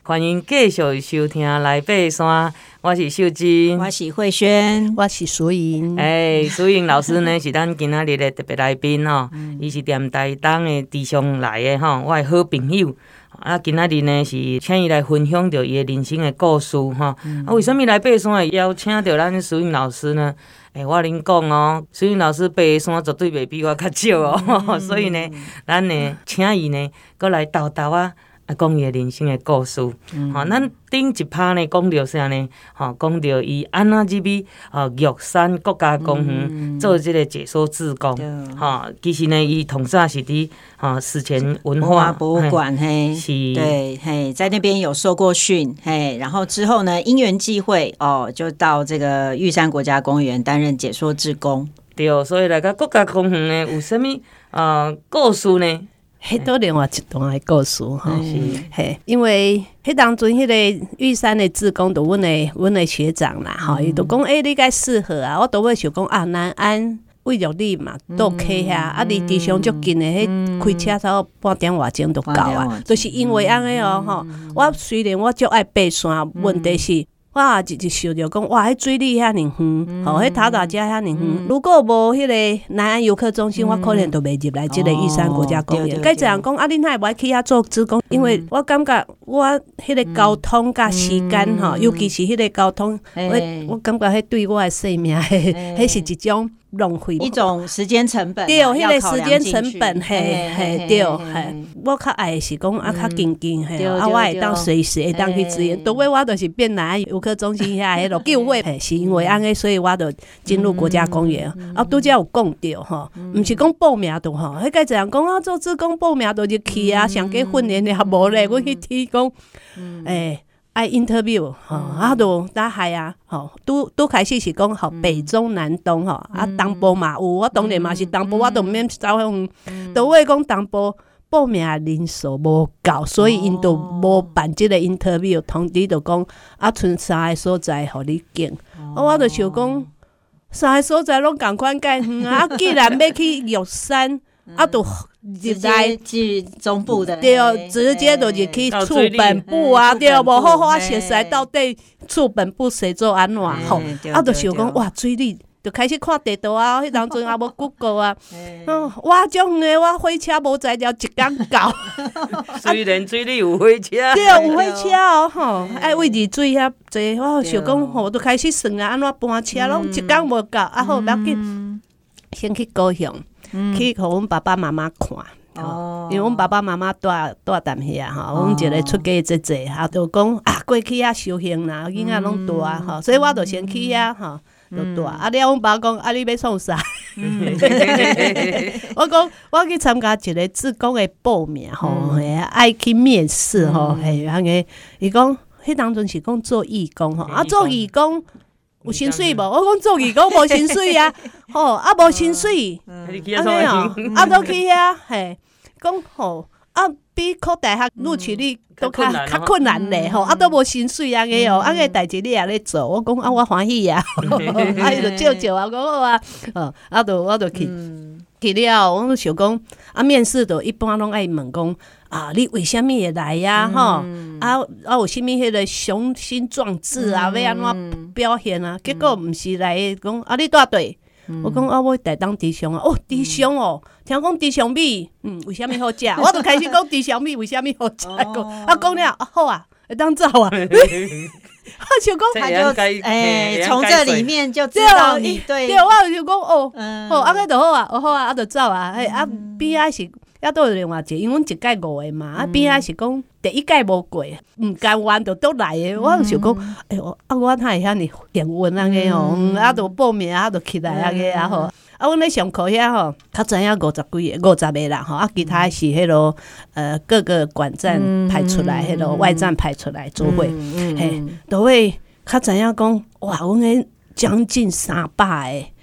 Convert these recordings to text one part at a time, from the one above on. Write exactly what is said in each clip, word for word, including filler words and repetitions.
欢迎继续收听来爬山，我是秀珍， 我是慧萱， 我是苏莹。 哎，苏莹老师呢是咱今仔日的特别来宾吼，伊、嗯、是踮台东的地上来的吼，我的好朋友。啊，今仔日呢是请伊来分享着伊的人生的故事吼。嗯、啊，为什么来爬山会邀请到咱苏莹老师呢？诶、欸，我恁讲哦，苏莹老师爬山绝对袂比我较少哦，嗯、所以呢，咱呢请伊呢，搁来豆豆啊。啊，讲伊诶人生诶故事，吼、嗯哦，咱顶一趴呢讲到啥呢？吼、哦，讲到伊安怎入去哦玉山国家公园、嗯、做即个解说志工，吼、哦，其实呢，伊同早是伫吼史前文化博物馆嘿， 是， 对嘿，在那边有受过训嘿，然后之后呢，因缘际会哦，就到这个玉山国家公园担任解说志工。 对，所以来到国家公园呢，有啥物呃故事呢？ 迄都另外一段的故事吼，嘿，因为迄当阵迄个玉山的志工，就阮的阮的学长啦，吼、嗯，伊就讲，诶、欸，你该适合啊，我都会想讲啊，南安为着你嘛，倒客遐，啊，离地上足近的，迄、嗯、开车差不多半点外钟就到啊，就是因为安尼哦，吼、嗯，我虽然我足爱爬山，问题是。我一直想着讲，哇，迄水里遐尔远，吼、嗯，迄塔大遮遐尔远。嗯、如果无迄个南安游客中心，嗯、我可能都袂入来即个玉山国家公园。该这样讲，啊，恁还袂去遐做志工？因为我感觉我迄个交通甲时间吼、嗯，尤其是迄个交通，嗯、我我感觉迄对我的生命，迄、嗯、是一种。浪费一种时间成本、啊， 对，迄、那个时间成本，嘿，嘿，对，嘿，我较爱的是讲啊，较近近，嘿，啊，我会当随时会当去支援。除非我就是变南游客中心遐迄落救火，嘿，是因为安尼，所以我就进入国家公园。嗯、啊，拄则有讲到吼，毋是讲报名度吼，迄个这样讲啊，做志工报名度就去啊，上加训练了无咧，我去提供，诶。爱 interview 吼、哦，啊，就打海啊，吼，拄拄开始是讲吼北中南东吼，啊，东部嘛有，我当然嘛是东部，我都免走向，都为讲东部报名人数无够，所以因都无办即个 interview， 通知就讲啊，剩三个所在互你拣，啊，我就想讲三个所在拢共款介远啊，既然要去玉山，啊，就。 直接去中部的， 对，直接就入去厝本部啊，对，无好好熟悉到底厝本部谁做安怎吼，啊，就想讲哇，水里就开始看地图啊，迄当阵也无 Google 啊，嗯，我种的我火车无载了，一天到。 虽然水里有火车， 对，有火车哦，吼，爱位置水遐济，我想讲吼，就开始算啊，安怎搬车拢一天无够，啊好，不要紧，先去高雄。嗯、去互阮爸爸妈妈看，哦，因为阮爸爸妈妈住住淡遐吼，阮、哦、一个出家姐姐，啊，就讲啊，过去遐修行啦，囡仔拢住啊，吼、嗯，所以我就先去遐吼，就住、嗯。啊，了，阮爸讲啊，你要创啥？嗯、我讲我去参加一个志工的报名吼，嗯、爱去面试吼，嘿、嗯，安尼，伊讲迄当阵是讲做义工吼，啊，做义工。有薪水无？我讲做义工无薪水啊，吼啊无薪水，安尼哦，啊都去遐，嘿，讲吼啊比考大学录取率都较较困难咧，吼啊都无薪水安尼哦，安尼代志你也咧做，我讲啊我欢喜啊，啊伊就照照啊，讲好啊，哦啊就我就去去了，我想讲啊面试就一般拢爱问讲。啊，你为什么会来呀？吼、嗯，啊啊，有啥物迄个雄心壮志啊？嗯、要安怎表现啊？结果毋是来讲啊，你住对、嗯，我讲啊，我台东猪上啊，哦，猪上哦，听讲猪上米，嗯，为什么好食？我就开始讲猪上米为什么好食？哦、啊，讲了啊，好啊，会当走啊。我想讲， 他就诶，从、欸、这里面就知道你对， 对，我就讲哦，嗯、哦，啊，个就好啊，哦好啊，啊就走啊，嘿、嗯，啊边仔是。也都有另外一个，因为阮一届五个嘛，啊边仔是讲第一届无过，毋甘愿就倒来诶。我就想讲，哎呦，啊我哪会遐尼幸运安尼吼，啊就报名啊就起来安尼啊吼，啊阮咧上课遐吼，较知影五十几个、五十个人吼，啊其他是迄落呃各个管站派出来，迄落外站派出来组会，嘿，都会较知影讲，哇，阮迄将近三百个。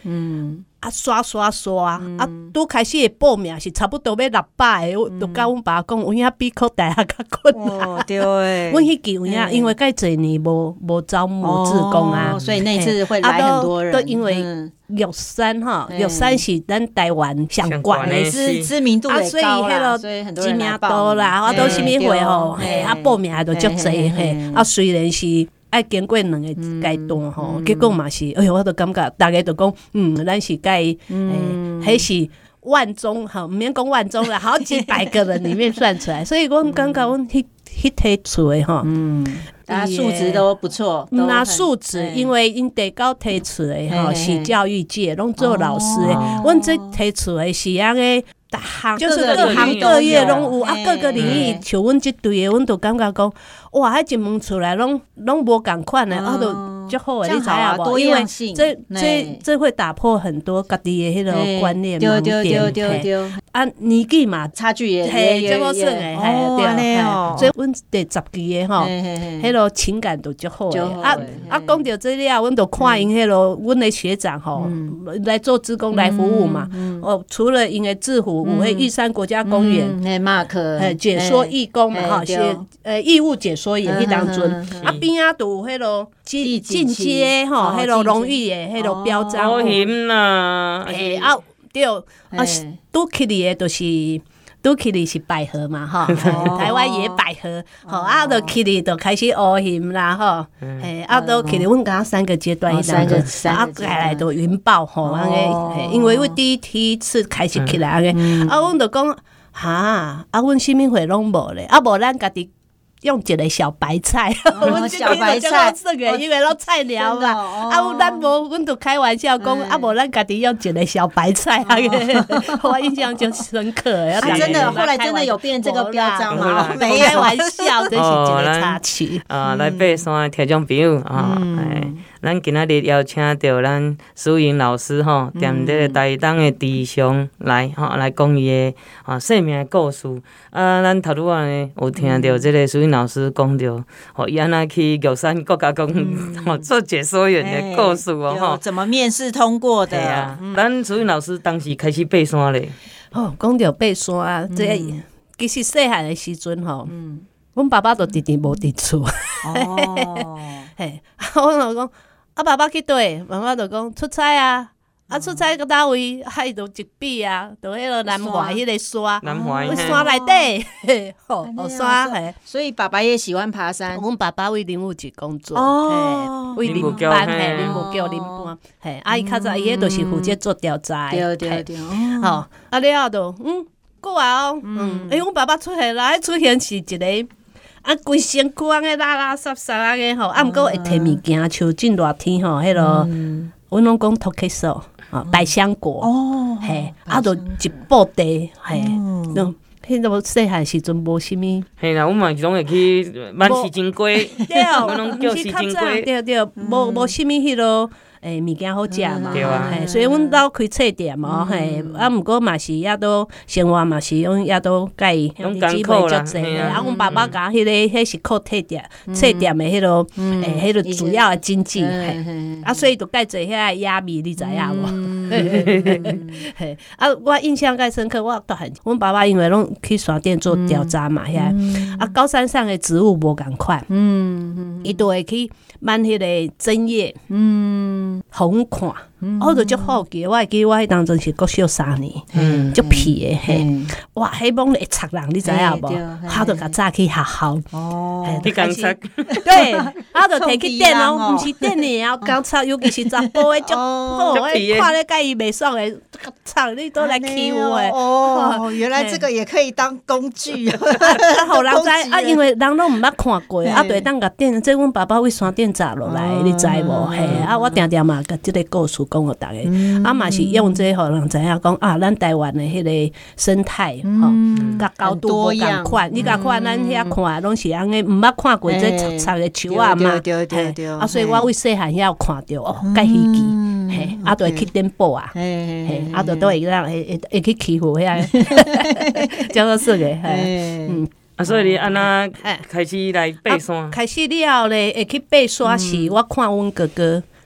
嗯。 啊，刷刷刷、嗯、啊！拄开始的报名是差不多要六百个，嗯、就甲阮爸讲，有影比考大学较困难。 哦、对诶， 阮迄期有影，因为介侪年无无招募志工啊、 哦，所以那次会来很多人。 啊、都, 都因为玉山哈，玉山是咱台湾上悬的， 是知名度也高啦， 所以很多人来报名啦。啊，都什么会吼？嘿，啊，报名也都足侪嘿。啊，虽然是。爱经过两个阶段吼、嗯，结果嘛是，哎呦，我都感觉大家都讲，嗯，咱是该，嗯，迄、欸、是万中哈，毋免讲万中啦，好几百个人里面算出来，所以我感觉阮迄迄提出的吼， 嗯，大家素质都不错， 那素质，因为因第九提出的吼是教育界，拢做老师的，阮、哦、这提出的是安个。大行就是各行各业拢有啊，各个领域像阮即队的，阮都感觉讲，哇，迄一门出来拢拢无共款的，啊，都足好诶，你知影无？因为这这这会打破很多家己的迄个观念盲点，啊，年纪嘛差距也嘿，足好算诶，嘿，对，所以阮第十期的吼，迄个情感都足好诶，啊啊，讲到这了，阮都看因迄个阮的学长吼来做志工来服务嘛，哦，除了因为制服。有迄玉山国家公园， 诶，马克， 诶，解说义工嘛，哈，写呃义务解说员迄当阵，啊边仔都有迄落进进阶吼，迄落荣誉诶，迄落标章， 好险啦， 诶啊对，啊拄起哩诶，就是拄起哩是百合嘛，哈，台湾野百合，吼啊，都起哩就开始学翕啦，吼，诶啊都起哩，阮讲三个阶段， 三个啊再来都云豹吼，安尼，因为阮第一第一次开始起来安尼，啊，阮就讲哈，啊，阮啥物货拢无咧，啊，无咱家己。用一个小白菜， 哦、小白菜， 因为拢菜鸟嘛，哦、啊，咱无，阮就开玩笑讲，啊，无咱家己用一个小白菜，啊，我印象就深刻。啊， 真的，后来真的有变这个标章吗？ 没开玩笑，这是一个插曲。 啊，来爬山的听众朋友啊，哎，咱今仔日邀请到咱苏莹老师吼，踮这个台东的弟兄来吼，来讲伊的啊生命的故事。啊，咱头拄仔呢有听到这个苏莹老师讲到，吼，伊安那去玉山国家公园吼做解说员的故事哦，吼， 怎么面试通过的？ 啊，咱苏莹老师当时开始爬山咧。 哦，讲到爬山啊，这其实细汉的时阵吼，阮爸爸都直直无伫厝。哦，嘿，我老讲。啊，爸爸去倒，妈妈就讲出差啊，啊出差到倒位，啊伊就一比啊，就迄个南华迄个山， 南华迄山内底，吼，后山嘿。 所以爸爸也喜欢爬山。 阮爸爸为林务局工作，哦，为林班嘿，林务局林班，嘿，啊伊较早伊迄都是负责做调查， 对对对， 吼，啊了后就嗯过来哦，嗯，诶，阮爸爸出现啦，出现是一个。啊，规身躯安尼垃垃圾圾安尼吼，啊，毋过会摕物件，像真热天吼，迄落，阮拢讲托克索，啊，百香果，哦，嘿，啊，就一布地，嘿，嗯，迄落细汉时阵无啥物， 嘿啦，阮嘛是拢会去买西金龟， 对， 阮拢叫西金龟， 对对，无无啥物迄落。诶，物件好食嘛，嘿，所以阮兜开册店哦，嘿，啊，毋过嘛是也都生活嘛是用也都甲伊兄弟姊妹足济，啊，阮爸爸甲迄个迄是靠册店册店的迄落诶，迄落主要的经济，嘿，啊，所以就介济遐压米，你知影无？嘿，啊，我印象介深刻，我都很，阮爸爸因为拢去山顶做调查嘛，遐，啊，高山上的植物无共款，嗯，伊都会去挽迄个针叶，嗯。好看，我就足好奇。我会记我迄当阵是国小三年，足皮的嘿，哇，迄帮会插人，你知影无？我就甲早去学校， 哦，你刚插， 对，我就摕去电哦，毋是电的啊，刚插，尤其是查甫的足好，看咧甲伊袂爽的，插你都来欺负的。 哦，原来这个也可以当工具啊！ 啊，互人知啊，因为人拢毋捌看过，啊，对，当甲电，这阮爸爸为山顶砸落来，你知无？嘿，啊，我定定嘛，甲即个故事讲互大家，啊嘛是用这互人知影讲啊，咱台湾的迄个生态吼，甲高度无共款，你甲看咱遐看拢是安尼，毋捌看过这插插的树啊嘛，嘿，啊，所以我为细汉遐有看着哦，介稀奇，嘿，啊，都会去颠簸啊，嘿，啊，都都会让会会会去欺负遐，叫做说个，嘿，嗯。 啊，所以你安那开始来爬山， 开始了咧，会去爬山时，我看阮哥哥。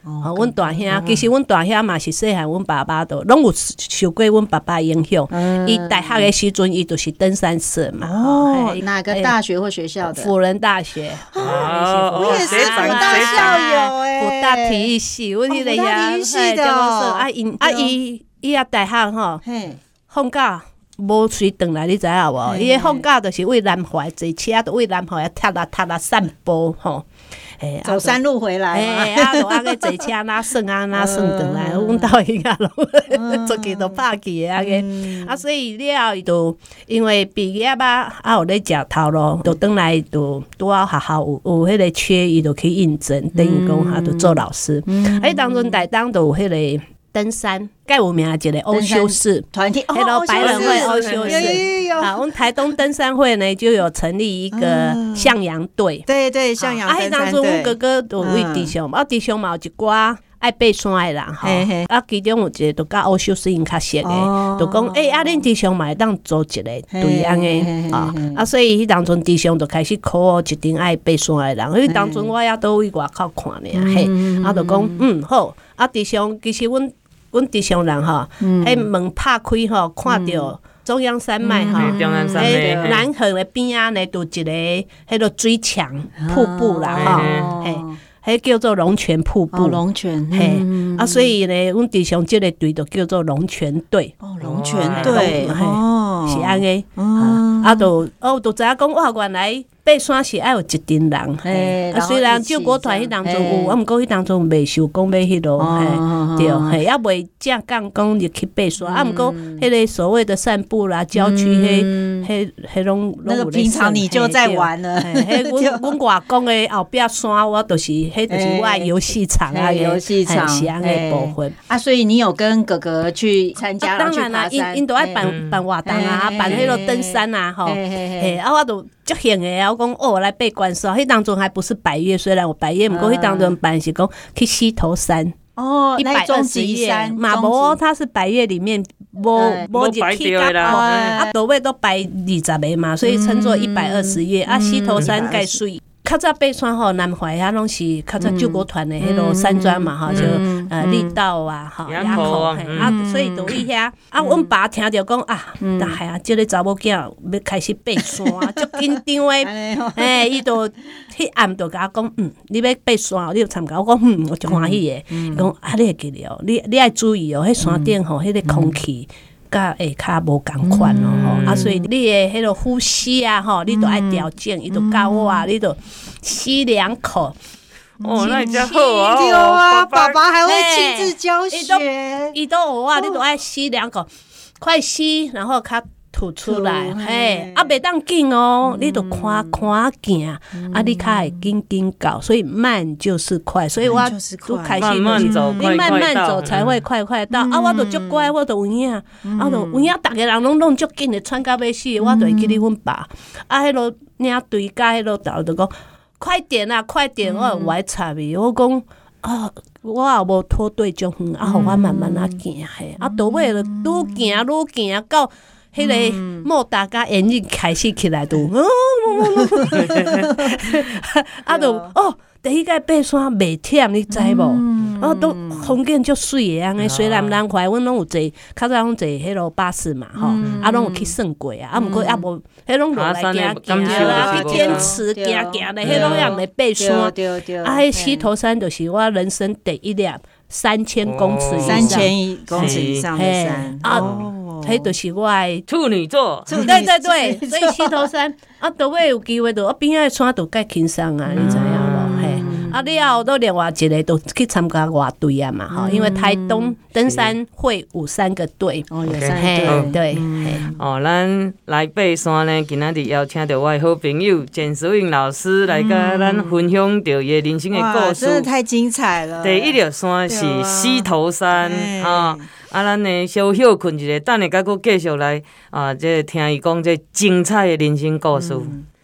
哦，阮大兄，其实阮大兄嘛是细汉，阮爸爸都拢有受过阮爸爸影响。伊大学的时阵，伊就是登山社嘛。 哦，哪个大学或学校的？ 辅仁大学。 哦，我也是辅大校友诶， 辅大体育系，阮迄个呀，体育系的啊，因啊伊伊啊大学吼，放假。无随转来，你知影无？伊个放假就是为南怀坐车，就为南怀踏啦踏啦散步吼。 走山路回来， 哎，啊，就啊个坐车哪算啊哪算转来，阮兜伊啊拢做起都拍去啊个，啊所以了后伊就因为毕业啊，啊有咧食头路，就转来就拄好学校有有迄个缺，伊就去应征，等于讲他就做老师。哎，当中台东就有迄个。登山，盖有名一个欧修士团体， 迄个百人会欧修士啊，我们台东登山会呢就有成立一个向阳队， 对对，向阳登山队。啊， 当初阮哥哥就为弟兄，啊弟兄嘛有一寡爱爬山的人吼，啊其中有一个就甲欧修士因较熟的，就讲诶啊恁弟兄嘛会当组一个队安尼啊，啊所以迄当阵弟兄就开始考一定爱爬山的人，因为当阵我也都为外口看咧，嘿，啊就讲嗯好，啊弟兄其实阮。阮弟兄人吼，迄门拍开吼，看到中央山脉吼，迄南横的边仔呢，就一个迄个水墙瀑布啦吼，嘿，迄叫做龙泉瀑布。 龙泉， 嘿，啊，所以呢，阮弟兄这个队就叫做龙泉队。 哦，龙泉队，哦， 是安尼，啊，就哦，就知影讲哇，原来。爬山是爱有一群人，嘿，啊虽然救国团迄当中有，啊，毋过迄当中未受讲要迄落，嘿，对，嘿，也未正讲讲入去爬山，啊，毋过迄个所谓的散步啦，郊区迄迄迄拢那个平常你就在玩了， 迄阮阮外公的后壁山，我就是迄就是我游戏场啊， 游戏场是安尼部分啊，所以你有跟哥哥去参加， 当然啦，因因都爱办办活动啊，办迄落登山啊，吼，嘿，啊，我都足兴的啊。讲哦，来背关山，迄当中还不是百岳，虽然我百岳，不过迄当中办是讲去溪头山哦， 一百二十页，马博它是百岳里面无无入去噶，啊，多位都百二十个嘛，所以称作一百二十页啊。溪头山盖水。较早爬山吼，南怀遐拢是较早救国团的迄落山庄嘛吼，就呃力道啊，吼垭口啊，所以就去遐啊。阮爸听着讲啊，但系啊，即个查某囝要开始爬山，足紧张诶，诶，伊就迄暗就甲我讲，嗯，你要爬山，你要参加，我讲嗯，我足欢喜诶。讲啊，你会记得哦，你你爱注意哦，迄山顶吼，迄个空气。甲下骹无共款咯吼，啊，所以你的迄个呼吸啊吼，你都爱调整，伊都教我啊，你都吸两口。 哦，那真好啊！ 对啊，爸爸还会亲自教学， 伊都有啊，你都爱吸两口，快吸，然后较吐出来，嘿，啊，袂当紧哦，你都看看行，啊，你较会紧紧搞，所以慢就是快，所以我都开心， 慢慢走， 你慢慢走才会快快到。啊，我都足乖，我都有影，啊，都有影，逐个人拢拢足紧的，喘到要死，我就会记哩阮爸，啊，迄落领队甲迄落头就讲，快点啊，快点，我有爱插伊，我讲啊。我也无拖对足远，啊，互我慢慢啊行嘿，啊，到尾就愈行愈行到。迄个莫大家眼睛开始起来都，啊都哦，第一个爬山袂忝，你知无？啊都风景足水的安尼，虽然南怀阮拢有坐，较早拢坐迄落巴士嘛吼，啊拢有去算过啊，啊毋过也无，迄拢落来行行啊，去天池行行咧，迄拢也毋会爬山，啊，迄溪头山就是我人生第一粒三千公尺以上， 三千公尺以上的山啊。 迄就是我的处女座， 对对对，所以溪头山啊，倒尾有机会就我边仔山就介轻松啊，你知影无？嘿，啊了后都另外一个都去参加外队啊嘛，吼，因为台东登山会有三个队， 哦，有三个队，对， 哦，咱来爬山呢，今仔日邀请到我的好朋友简淑颖老师来甲咱分享到伊的人生的故事， 真的太精彩了。 第一条山是溪头山，哈。啊，咱呢小休困一下，等下甲佫继续来啊，这听伊讲这精彩的人生故事。嗯